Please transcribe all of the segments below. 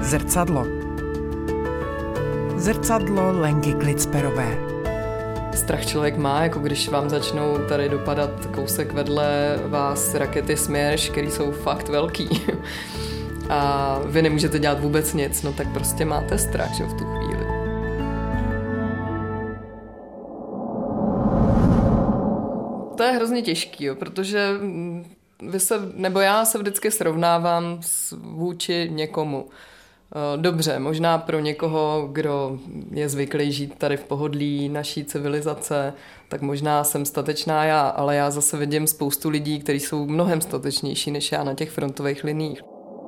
Zrcadlo. Zrcadlo Lenky Klicperové. Strach člověk má, jako když vám začnou tady dopadat kousek vedle vás rakety Smersh, které jsou fakt velký. A vy nemůžete dělat vůbec nic, no tak prostě máte strach, že v tu chvíli. To je hrozně těžký, jo, protože já se vždycky srovnávám vůči někomu. Dobře, možná pro někoho, kdo je zvyklý žít tady v pohodlí naší civilizace, tak možná jsem statečná já, ale já zase vidím spoustu lidí, kteří jsou mnohem statečnější než já na těch frontových liních.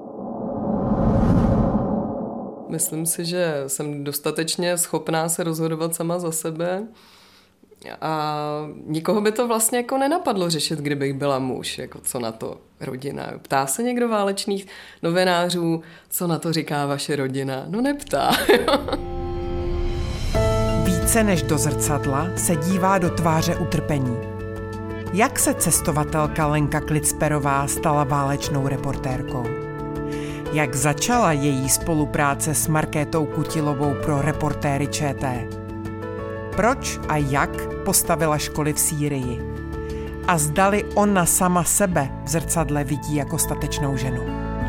Myslím si, že jsem dostatečně schopná se rozhodovat sama za sebe a nikoho by to vlastně jako nenapadlo řešit, kdybych byla muž, jako co na to rodina. Ptá se někdo válečných novinářů, co na to říká vaše rodina? No neptá. Více než do zrcadla se dívá do tváře utrpení. Jak se cestovatelka Lenka Klicperová stala válečnou reportérkou? Jak začala její spolupráce s Markétou Kutilovou pro Reportéry ČT? Proč a jak postavila školy v Sýrii? A zdali ona sama sebe v zrcadle vidí jako statečnou ženu?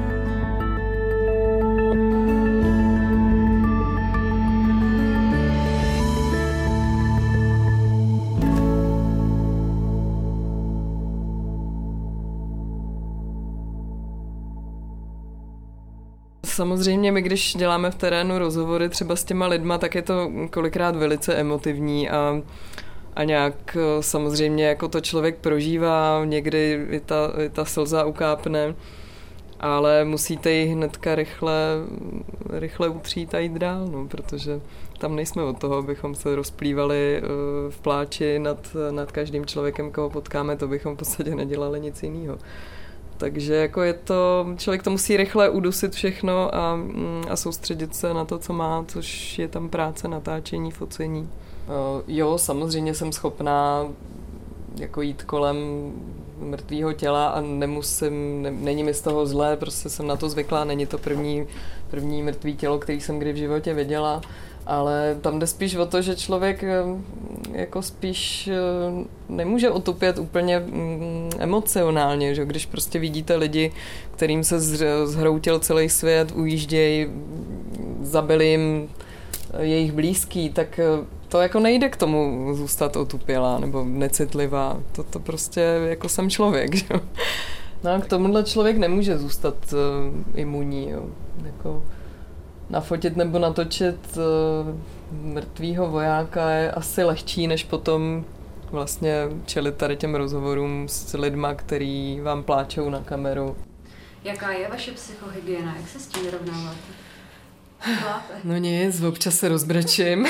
Samozřejmě my, když děláme v terénu rozhovory třeba s těma lidma, tak je to kolikrát velice emotivní a nějak samozřejmě jako to člověk prožívá, někdy i ta slza ukápne, ale musíte ji hnedka rychle utřít a jít dál, no, protože tam nejsme od toho, abychom se rozplývali v pláči nad každým člověkem, koho potkáme, to bychom v podstatě nedělali nic jiného. Takže jako člověk to musí rychle udusit všechno a soustředit se na to, co má, což je tam práce, natáčení, focení. Jo, samozřejmě jsem schopná jako jít kolem mrtvého těla a není mi z toho zlé, prostě jsem na to zvyklá, není to první mrtvý tělo, který jsem kdy v životě viděla, ale tam jde spíš o to, že člověk jako spíš nemůže otupět úplně emocionálně, že když prostě vidíte lidi, kterým se zhroutil celý svět, ujíždějí, zabili jim jejich blízký, tak to jako nejde k tomu zůstat otupělá nebo necitlivá. To prostě jako jsem člověk, že? No a k tomuhle člověk nemůže zůstat imunní, jo. Jako nafotit nebo natočit mrtvýho vojáka je asi lehčí, než potom vlastně čelit tady těm rozhovorům s lidma, který vám pláčou na kameru. Jaká je vaše psychohygiena? Jak se s tím vyrovnáváte? No nic, občas se rozbrečím.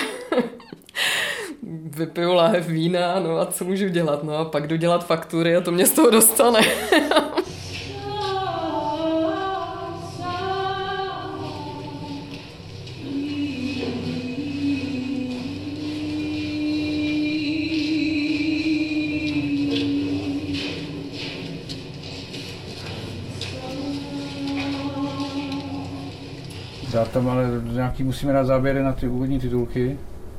Vypiju láhev vína, no a co můžu dělat? No a pak jdu dělat faktury a to mě z toho dostane. Já tam ale nějaký musíme dát záběry na ty úvodní titulky.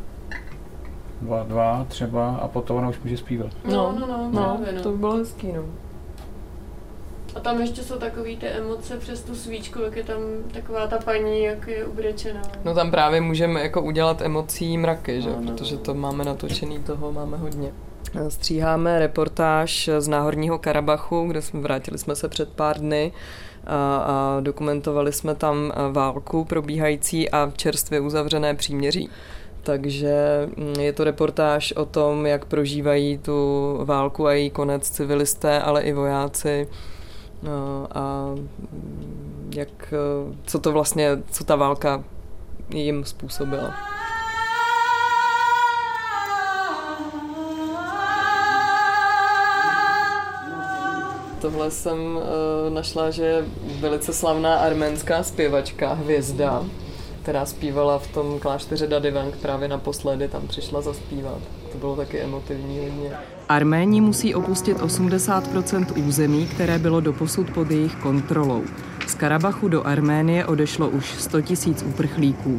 2 třeba a potom ona už může zpívat. No, to by bylo hezký, no. A tam ještě jsou takový ty emoce přes tu svíčku, jak je tam taková ta paní, jak je ubrečená. No tam právě můžeme jako udělat emocí mraky, že? Protože to máme natočený, toho máme hodně. Stříháme reportáž z Náhorního Karabachu, kde vrátili jsme se před pár dny a dokumentovali jsme tam válku probíhající a čerstvě uzavřené příměří. Takže je to reportáž o tom, jak prožívají tu válku a její konec civilisté, ale i vojáci a co ta válka jim způsobila. Tohle jsem našla, že je velice slavná arménská zpěvačka Hvězda, která zpívala v tom klášteře Dadivang právě naposledy, tam přišla zaspívat. To bylo taky emotivní hodně. Arméni musí opustit 80% území, které bylo doposud pod jejich kontrolou. Z Karabachu do Arménie odešlo už 100 000 uprchlíků.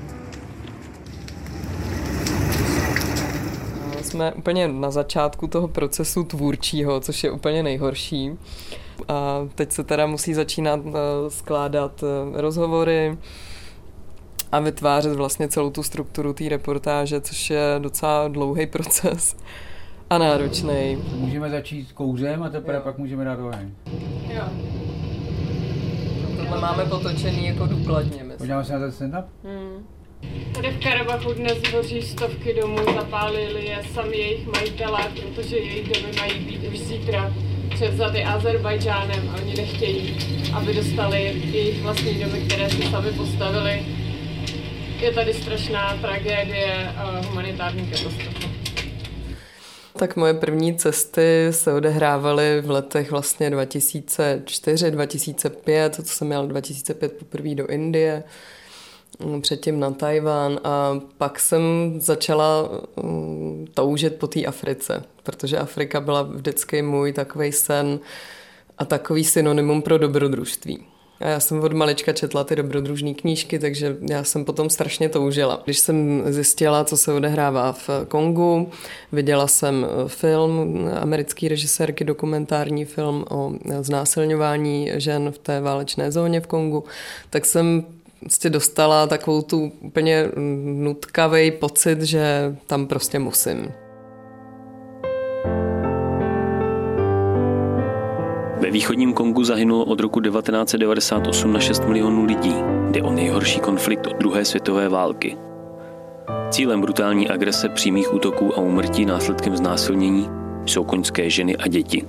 Jsme úplně na začátku toho procesu tvůrčího, což je úplně nejhorší. A teď se teda musí začínat skládat rozhovory a vytvářet vlastně celou tu strukturu té reportáže, což je docela dlouhý proces a náročný. Můžeme začít kouřem a teprve pak můžeme dát oheň. Jo. Tohle máme potočený jako důkladně. Podíváme se na ten stand-up? Tady v Karabachu dnes hoří stovky domů, zapálili je sami jejich majitelé, protože jejich domy mají být už zítra převzaty Azerbajdžánem a oni nechtějí, aby dostali jejich vlastní domy, které si sami postavili. Je tady strašná tragédie a humanitární katastrofa. Tak moje první cesty se odehrávaly v letech vlastně 2004, 2005, co jsem jel 2005 poprvé do Indie, předtím na Tajván a pak jsem začala toužit po té Africe, protože Afrika byla vždycky můj takovej sen a takový synonymum pro dobrodružství. A já jsem od malička četla ty dobrodružné knížky, takže já jsem potom strašně toužila. Když jsem zjistila, co se odehrává v Kongu, viděla jsem film americké režisérky, dokumentární film o znásilňování žen v té válečné zóně v Kongu, tak jsem dostala takovou tu úplně nutkavý pocit, že tam prostě musím. Ve východním Kongu zahynulo od roku 1998 na 6 milionů lidí. Jde o nejhorší konflikt od druhé světové války. Cílem brutální agrese, přímých útoků a úmrtí následkem znásilnění jsou koňské ženy a děti.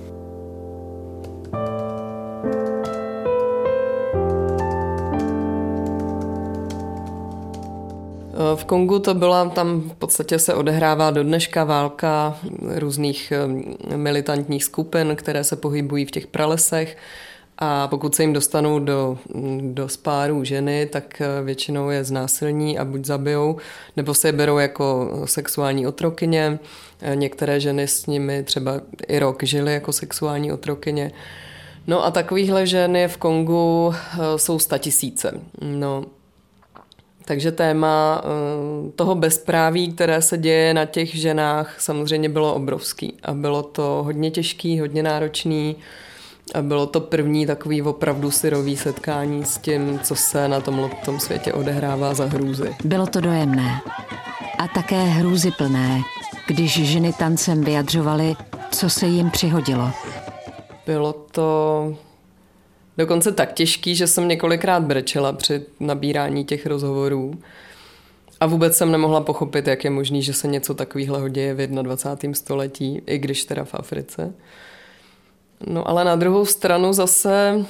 V Kongu to byla, tam v podstatě se odehrává do dneška válka různých militantních skupin, které se pohybují v těch pralesech a pokud se jim dostanou do spáru ženy, tak většinou je znásilní a buď zabijou, nebo se je berou jako sexuální otrokyně. Některé ženy s nimi třeba i rok žily jako sexuální otrokyně. No a takovýchhle žen je v Kongu jsou 100 000. No. Takže téma toho bezpráví, které se děje na těch ženách, samozřejmě bylo obrovský. A bylo to hodně těžký, hodně náročný. A bylo to první takový opravdu syrový setkání s tím, co se na tom světě odehrává za hrůzy. Bylo to dojemné. A také hrůzyplné, když ženy tancem vyjadřovaly, co se jim přihodilo. Bylo to dokonce tak těžký, že jsem několikrát brečela při nabírání těch rozhovorů. A vůbec jsem nemohla pochopit, jak je možný, že se něco takového děje v 21. století, i když teda v Africe. No ale na druhou stranu zase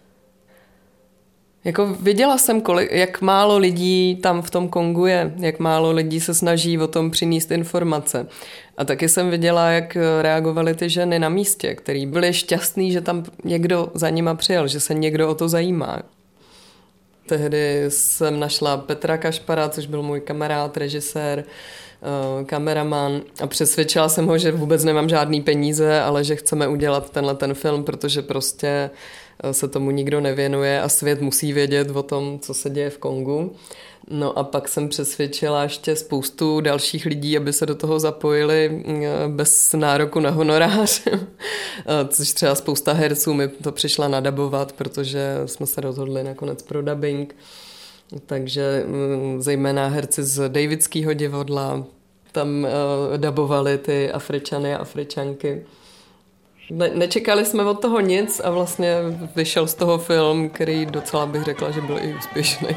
jako viděla jsem, jak málo lidí tam v tom Kongu je, jak málo lidí se snaží o tom přinést informace. A taky jsem viděla, jak reagovaly ty ženy na místě, který byli šťastný, že tam někdo za nima přijel, že se někdo o to zajímá. Tehdy jsem našla Petra Kašpara, což byl můj kamarád, režisér, kameraman a přesvědčila jsem ho, že vůbec nemám žádný peníze, ale že chceme udělat ten film, protože prostě se tomu nikdo nevěnuje a svět musí vědět o tom, co se děje v Kongu. No a pak jsem přesvědčila ještě spoustu dalších lidí, aby se do toho zapojili bez nároku na honorář, což třeba spousta herců mi to přišla nadabovat, protože jsme se rozhodli nakonec pro dabing. Takže zejména herci z Davidského divadla tam dabovali ty Afričany a Afričanky. Nečekali jsme od toho nic a vlastně vyšel z toho film, který docela bych řekla, že byl i úspěšný.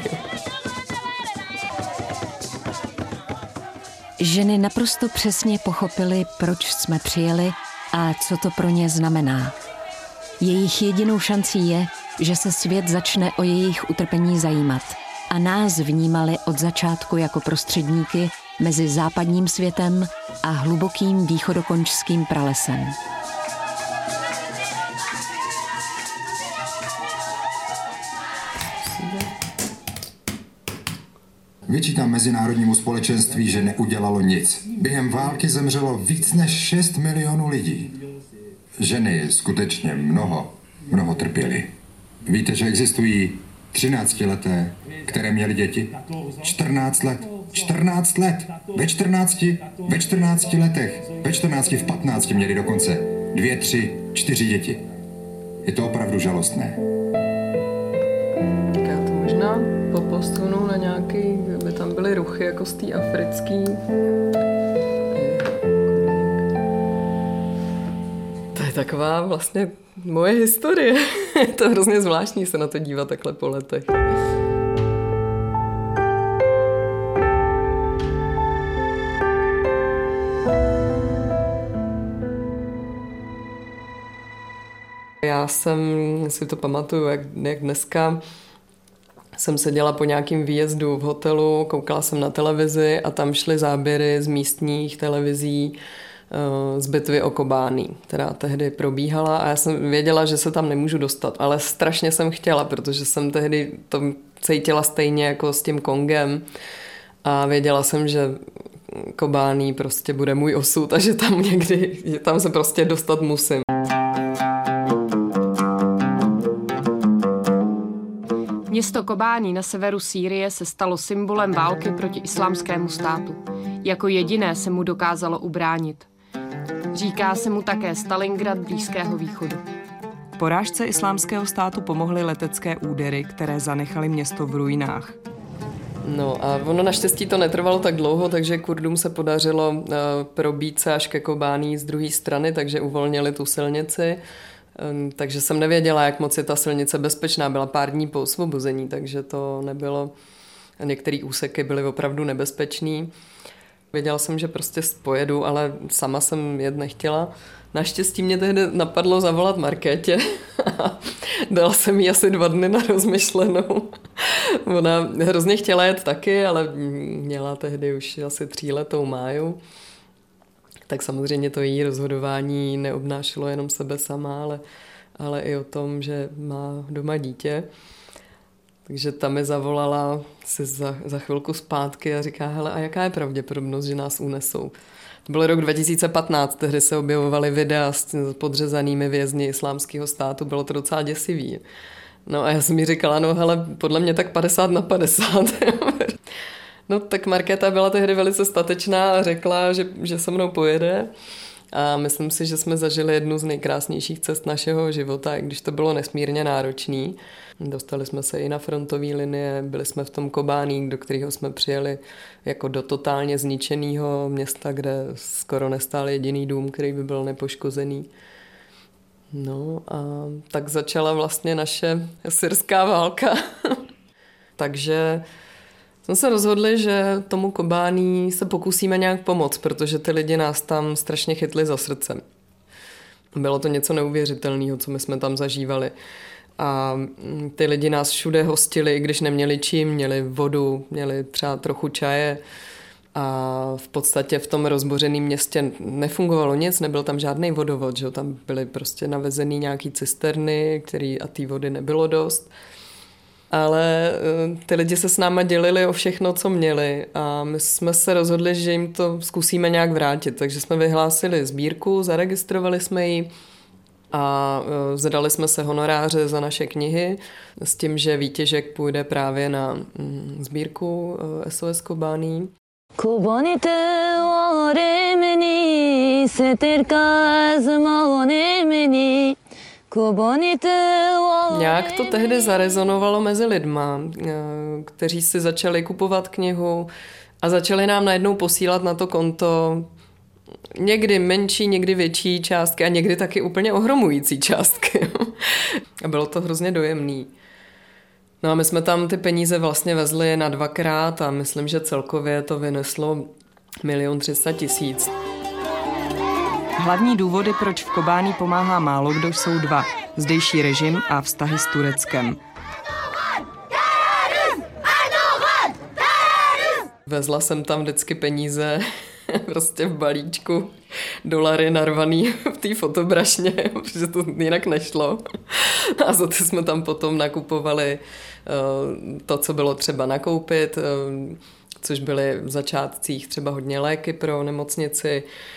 Ženy naprosto přesně pochopily, proč jsme přijeli a co to pro ně znamená. Jejich jedinou šancí je, že se svět začne o jejich utrpení zajímat a nás vnímali od začátku jako prostředníky mezi západním světem a hlubokým východokončským pralesem. Vyčítám mezinárodnímu společenství, že neudělalo nic. Během války zemřelo víc než 6 milionů lidí. Ženy skutečně mnoho trpěly. Víte, že existují 13leté, které měly děti? 14 let. 14 let. Ve 14 letech. Ve 14 v 15 měli dokonce 2, 3, 4 děti. Je to opravdu žalostné. Tak já to možná posunu na nějaký, aby tam byly ruchy jako z té africký. To je taková vlastně moje historie. Je to hrozně zvláštní se na to dívat takhle po letech. Já jsem si to pamatuju, jak dneska jsem seděla po nějakém výjezdu v hotelu, koukala jsem na televizi a tam šly záběry z místních televizí z bitvy o Kobání, která tehdy probíhala a já jsem věděla, že se tam nemůžu dostat, ale strašně jsem chtěla, protože jsem tehdy to cítila stejně jako s tím Kongem a věděla jsem, že Kobání prostě bude můj osud a že tam někdy, že tam se prostě dostat musím. Město Kobání na severu Sýrie se stalo symbolem války proti islámskému státu. Jako jediné se mu dokázalo ubránit. Říká se mu také Stalingrad Blízkého východu. Porážce islámského státu pomohly letecké údery, které zanechaly město v ruinách. No a ono naštěstí to netrvalo tak dlouho, takže Kurdům se podařilo probít se až ke Kobání z druhé strany, takže uvolnili tu silnici. Takže jsem nevěděla, jak moc je ta silnice bezpečná. Byla pár dní po osvobození, takže to nebylo... Některé úseky byly opravdu nebezpečný. Věděla jsem, že prostě pojedu, ale sama jsem jet nechtěla. Naštěstí mě tehdy napadlo zavolat Markétě. Dala jsem jí asi 2 dny na rozmyšlenou. Ona hrozně chtěla jet taky, ale měla tehdy už asi 3letou Máju. Tak samozřejmě to její rozhodování neobnášelo jenom sebe sama, ale i o tom, že má doma dítě. Takže ta mi zavolala si za chvilku zpátky a říká, hele, a jaká je pravděpodobnost, že nás unesou? To byl rok 2015, tehdy se objevovaly videa s podřezanými vězni islámského státu, bylo to docela děsivý. No a já jsem jí říkala, no hele, podle mě tak 50/50. No tak Markéta byla tehdy velice statečná a řekla, že se mnou pojede a myslím si, že jsme zažili jednu z nejkrásnějších cest našeho života, i když to bylo nesmírně náročný. Dostali jsme se i na frontové linie, byli jsme v tom Kobání, do kterého jsme přijeli jako do totálně zničeného města, kde skoro nestál jediný dům, který by byl nepoškozený. No a tak začala vlastně naše syrská válka. Takže jsme se rozhodli, že tomu Kobání se pokusíme nějak pomoct, protože ty lidi nás tam strašně chytli za srdce. Bylo to něco neuvěřitelného, co my jsme tam zažívali. A ty lidi nás všude hostili, i když neměli čím, měli vodu, měli třeba trochu čaje. A v podstatě v tom rozbořeném městě nefungovalo nic, nebyl tam žádný vodovod, že? Tam byly prostě navezený nějaký cisterny, a té vody nebylo dost. Ale ty lidi se s náma dělili o všechno, co měli a my jsme se rozhodli, že jim to zkusíme nějak vrátit. Takže jsme vyhlásili sbírku, zaregistrovali jsme ji a zadali jsme se honoráře za naše knihy s tím, že výtěžek půjde právě na sbírku SOS Kobání. Nějak to tehdy zarezonovalo mezi lidma, kteří si začali kupovat knihu a začali nám najednou posílat na to konto někdy menší, někdy větší částky a někdy taky úplně ohromující částky. A bylo to hrozně dojemný. No a my jsme tam ty peníze vlastně vezli na 2krát a myslím, že celkově to vyneslo 1 300 000. Hlavní důvody, proč v Kobání pomáhá málo kdo, jsou 2. Zdejší režim a vztahy s Tureckem. Vezla jsem tam vždycky peníze prostě v balíčku, dolary narvaný v té fotobrašně, protože to jinak nešlo. A za to jsme tam potom nakupovali to, co bylo třeba nakoupit, což byly v začátcích třeba hodně léky pro nemocnici,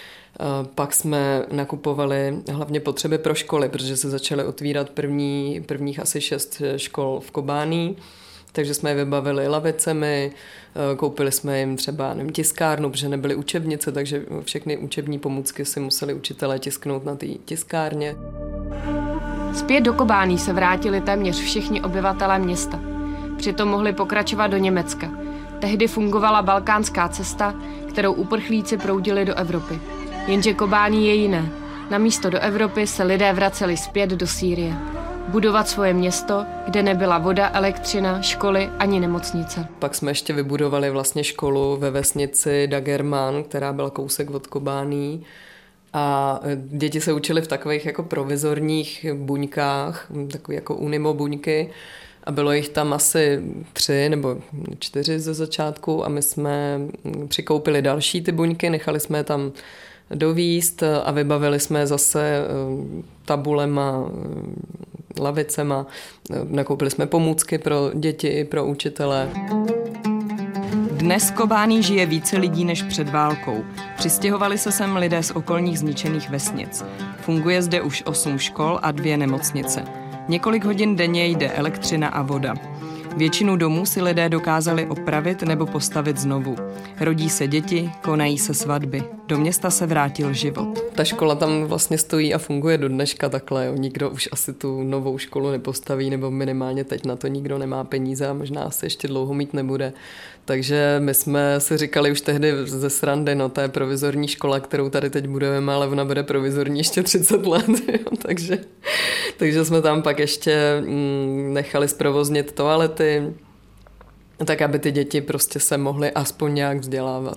Pak jsme nakupovali hlavně potřeby pro školy, protože se začaly otvírat prvních asi 6 škol v Kobání. Takže jsme je vybavili lavicemi, koupili jsme jim třeba tiskárnu, protože nebyly učebnice, takže všechny učební pomůcky si museli učitelé tisknout na té tiskárně. Zpět do Kobání se vrátili téměř všichni obyvatelé města. Přitom mohli pokračovat do Německa. Tehdy fungovala balkánská cesta, kterou uprchlíci proudili do Evropy. Jenže Kobání je jiné. Namísto do Evropy se lidé vraceli zpět do Sýrie. Budovat svoje město, kde nebyla voda, elektřina, školy ani nemocnice. Pak jsme ještě vybudovali vlastně školu ve vesnici Dagerman, která byla kousek od Kobání. A děti se učily v takových jako provizorních buňkách, takové jako unimo buňky. A bylo jich tam asi 3 nebo 4 ze začátku a my jsme přikoupili další ty buňky, nechali jsme je tam dovíst a vybavili jsme zase tabulema, lavicema, nakoupili jsme pomůcky pro děti i pro učitele. Dnes v Kobání žije více lidí než před válkou. Přistěhovali se sem lidé z okolních zničených vesnic. Funguje zde už 8 škol a 2 nemocnice. Několik hodin denně jde elektřina a voda. Většinu domů si lidé dokázali opravit nebo postavit znovu. Rodí se děti, konají se svatby. Do města se vrátil život. Ta škola tam vlastně stojí a funguje do dneška takhle. Jo. Nikdo už asi tu novou školu nepostaví, nebo minimálně teď na to nikdo nemá peníze a možná se ještě dlouho mít nebude. Takže my jsme si říkali už tehdy ze srandy, no to je provizorní škola, kterou tady teď budujeme, ale ona bude provizorní ještě 30 let. Jo. Takže jsme tam pak ještě nechali zprovoznit toalety, tak aby ty děti prostě se mohly aspoň nějak vzdělávat.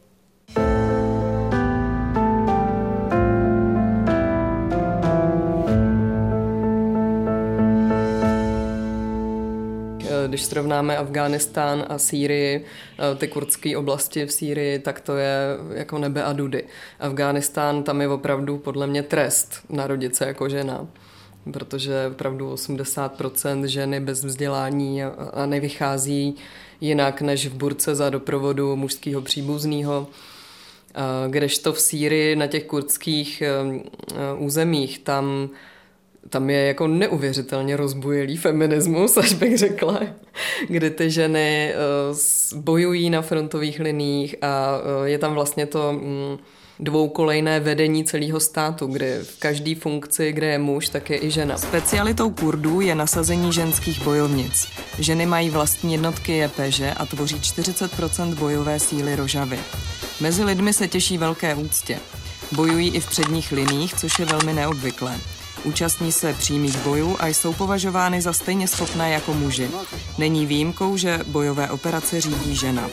Když srovnáme Afghánistán a Sýrii, ty kurdské oblasti v Sýrii, tak to je jako nebe a dudy. Afghánistán, tam je opravdu podle mě trest narodit se jako žena, protože opravdu 80% ženy bez vzdělání a nevychází jinak než v burce za doprovodu mužského příbuzného. Kdežto v Sýrii na těch kurdských územích, tam je jako neuvěřitelně rozbujelý feminismus, až bych řekla, kdy ty ženy bojují na frontových liních a je tam vlastně to dvoukolejné vedení celého státu, kde v každé funkci, kde je muž, tak je i žena. Specialitou Kurdů je nasazení ženských bojovnic. Ženy mají vlastní jednotky JPŽ a tvoří 40% bojové síly Rožavy. Mezi lidmi se těší velké úctě. Bojují i v předních liních, což je velmi neobvyklé. Účastní se přímých bojů a jsou považovány za stejně schopné jako muži. Není výjimkou, že bojové operace řídí žena.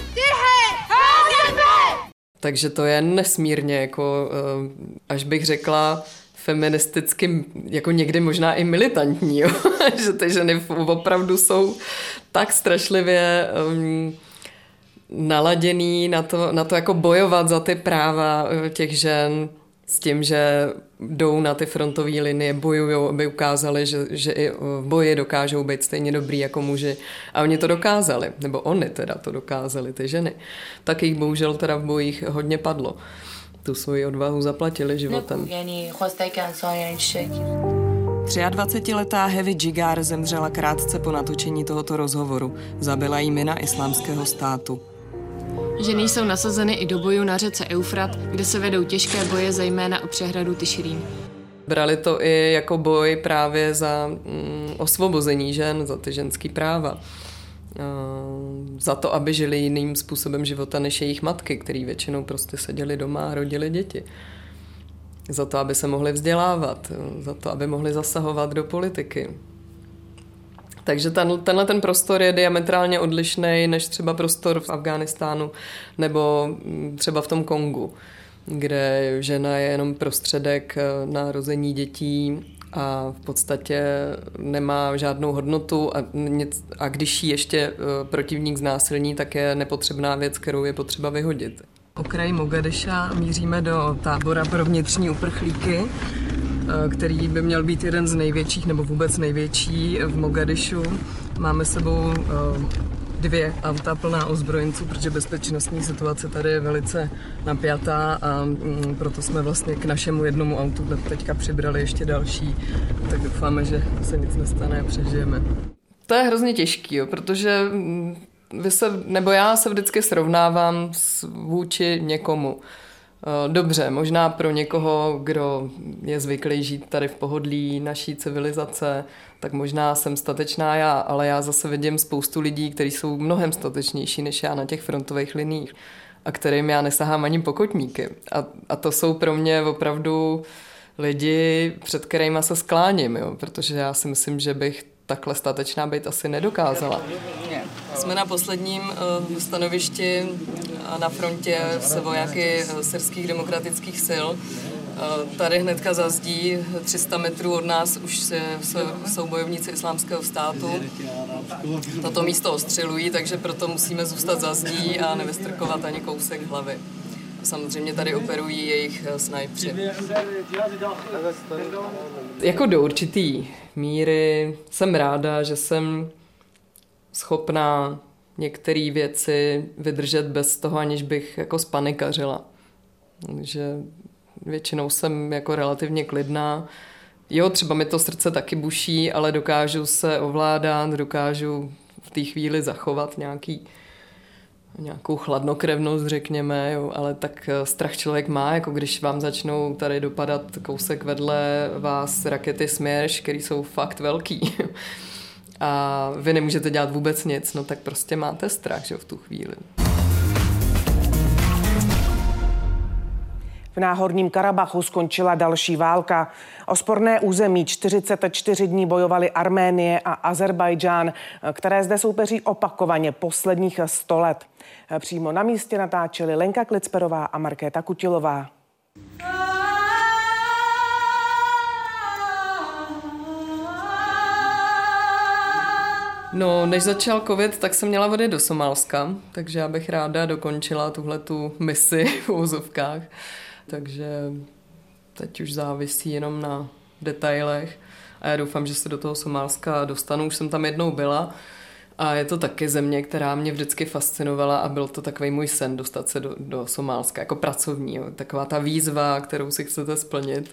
Takže to je nesmírně, jako, až bych řekla, feministicky, jako někdy možná i militantní, jo? Že ty ženy opravdu jsou tak strašlivě naladěný na to jako bojovat za ty práva těch žen, s tím, že jdou na ty frontové linie, bojujou, aby ukázali, že i v boji dokážou být stejně dobrý jako muži. A oni to dokázali, nebo oni teda to dokázali, ty ženy. Tak jich bohužel teda v bojích hodně padlo. Tu svoji odvahu zaplatili životem. 23letá Hevi Džigar zemřela krátce po natočení tohoto rozhovoru. Zabila jí mina Islámského státu. Ženy jsou nasazeny i do bojů na řece Eufrat, kde se vedou těžké boje zejména o přehradu Tišrín. Brali to i jako boj právě za osvobození žen, za ty ženský práva. Za to, aby žili jiným způsobem života než jejich matky, který většinou prostě seděli doma a rodili děti. Za to, aby se mohli vzdělávat, za to, aby mohli zasahovat do politiky. Takže tenhle prostor je diametrálně odlišný než třeba prostor v Afghánistánu nebo třeba v tom Kongu, kde žena je jenom prostředek na rození dětí a v podstatě nemá žádnou hodnotu a když ji ještě protivník znásilní, tak je nepotřebná věc, kterou je potřeba vyhodit. Okraj Mogadiša míříme do tábora pro vnitřní uprchlíky, který by měl být jeden z největších nebo vůbec největší v Mogadišu. Máme s sebou 2 auta plná ozbrojenců, protože bezpečnostní situace tady je velice napjatá a proto jsme vlastně k našemu jednomu autu teďka přibrali ještě další, tak doufáme, že se nic nestane a přežijeme. To je hrozně těžký, jo, protože já se vždycky srovnávám vůči někomu. Dobře, možná pro někoho, kdo je zvyklý žít tady v pohodlí naší civilizace, tak možná jsem statečná já, ale já zase vidím spoustu lidí, kteří jsou mnohem statečnější než já na těch frontových liních a kterým já nesahám ani pokotníky. A to jsou pro mě opravdu lidi, před kterýma se skláním, jo, protože já si myslím, že bych takhle statečná být asi nedokázala. Jsme na posledním stanovišti na frontě se vojáky syrských demokratických sil. Tady hnedka za zdí 300 metrů od nás už jsou bojovníci Islámského státu. Toto místo ostřelují, takže proto musíme zůstat za zdí a nevystrkovat ani kousek hlavy. Samozřejmě tady operují jejich snajpři. Jako do určitý míry jsem ráda, že jsem schopná některé věci vydržet bez toho, aniž bych jako spanikařila. Takže většinou jsem jako relativně klidná. Jo, třeba mi to srdce taky buší, ale dokážu se ovládat, dokážu v té chvíli zachovat nějakou chladnokrevnost, řekněme, jo, ale tak strach člověk má, jako když vám začnou tady dopadat kousek vedle vás rakety Směrš, které jsou fakt velký. A vy nemůžete dělat vůbec nic, no tak prostě máte strach, že v tu chvíli. V Náhorním Karabachu skončila další válka. O sporné území 44 dní bojovaly Arménie a Azerbajdžán, které zde soupeří opakovaně posledních 100 let. Přímo na místě natáčeli Lenka Klicperová a Markéta Kutilová. No, než začal covid, tak jsem měla odjet do Somálska, takže já bych ráda dokončila tuhletu misi v úzovkách. Takže teď už závisí jenom na detailech a já doufám, že se do toho Somálska dostanu. Už jsem tam jednou byla a je to taky země, která mě vždycky fascinovala a byl to takový můj sen dostat se do Somálska jako pracovní. Jo. Taková ta výzva, kterou si chcete splnit.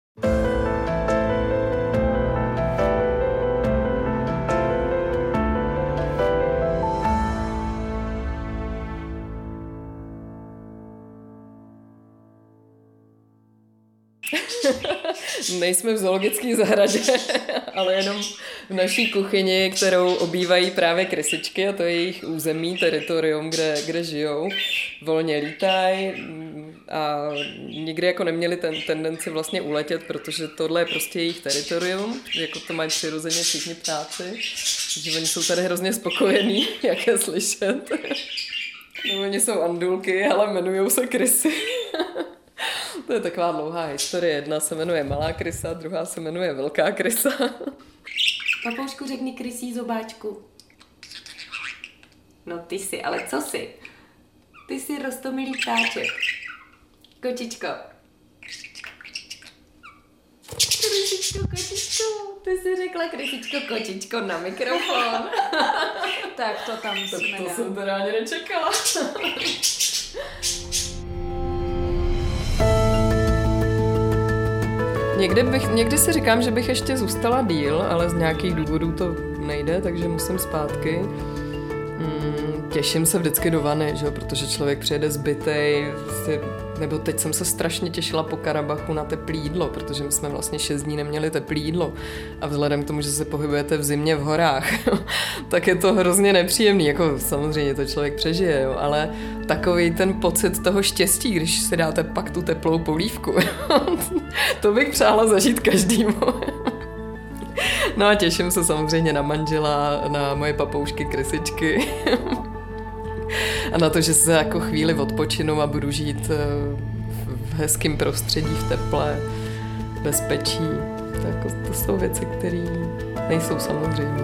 Nejsme v zoologické zahradě, ale jenom v naší kuchyni, kterou obývají právě krysičky a to je jejich území, teritorium, kde žijou. Volně lítají a nikdy jako neměli tendenci vlastně uletět, protože tohle je prostě jejich teritorium, jako to mají přirozeně všichni ptáci, že oni jsou tady hrozně spokojení, jak je slyšet. No, oni jsou andulky, ale jmenujou se krysy. To je taková dlouhá historie. Jedna se jmenuje Malá krysa, druhá se jmenuje Velká krysa. Papoušku, řekni krysí zobáčku. No ty jsi, ale co jsi? Ty jsi roztomilý ptáček. Kočičko. Krysičko, kočičko. Ty jsi řekla krysičko, kočičko na mikrofon. Tak to tam jsme To jsem teda ani nečekala. Někdy si říkám, že bych ještě zůstala díl, ale z nějakých důvodů to nejde, takže musím zpátky. Těším se vždycky do vany, že? Protože člověk přijede zbytej, nebo teď jsem se strašně těšila po Karabachu na teplý jídlo, protože my jsme vlastně 6 dní neměli teplý jídlo a vzhledem k tomu, že se pohybujete v zimě v horách, tak je to hrozně nepříjemný, jako samozřejmě to člověk přežije, jo? Ale takový ten pocit toho štěstí, když si dáte pak tu teplou polívku, to bych přála zažít každému. No a těším se samozřejmě na manžela, na moje papoušky krysičky a na to, že se jako chvíli odpočinu a budu žít v hezkém prostředí, v teple, bezpečí. To jsou věci, které nejsou samozřejmé.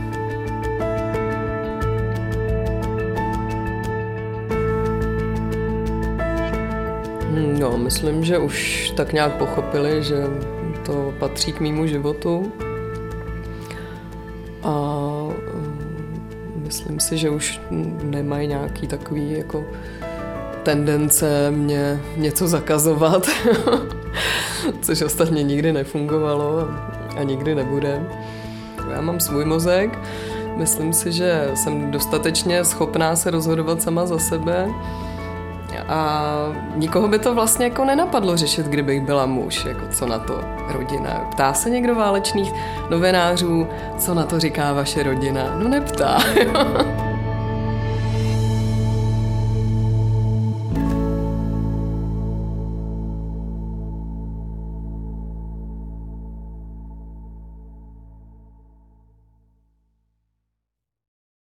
No, myslím, že už tak nějak pochopili, že to patří k mému životu. A Myslím si, že už nemají nějaký takový jako tendence mě něco zakazovat, což ostatně nikdy nefungovalo a nikdy nebude. Já mám svůj mozek, myslím si, že jsem dostatečně schopná se rozhodovat sama za sebe a nikoho by to vlastně jako nenapadlo řešit, kdybych byla muž, jako co na to rodina. Ptá se někdo válečných novinářů, co na to říká vaše rodina? No neptá.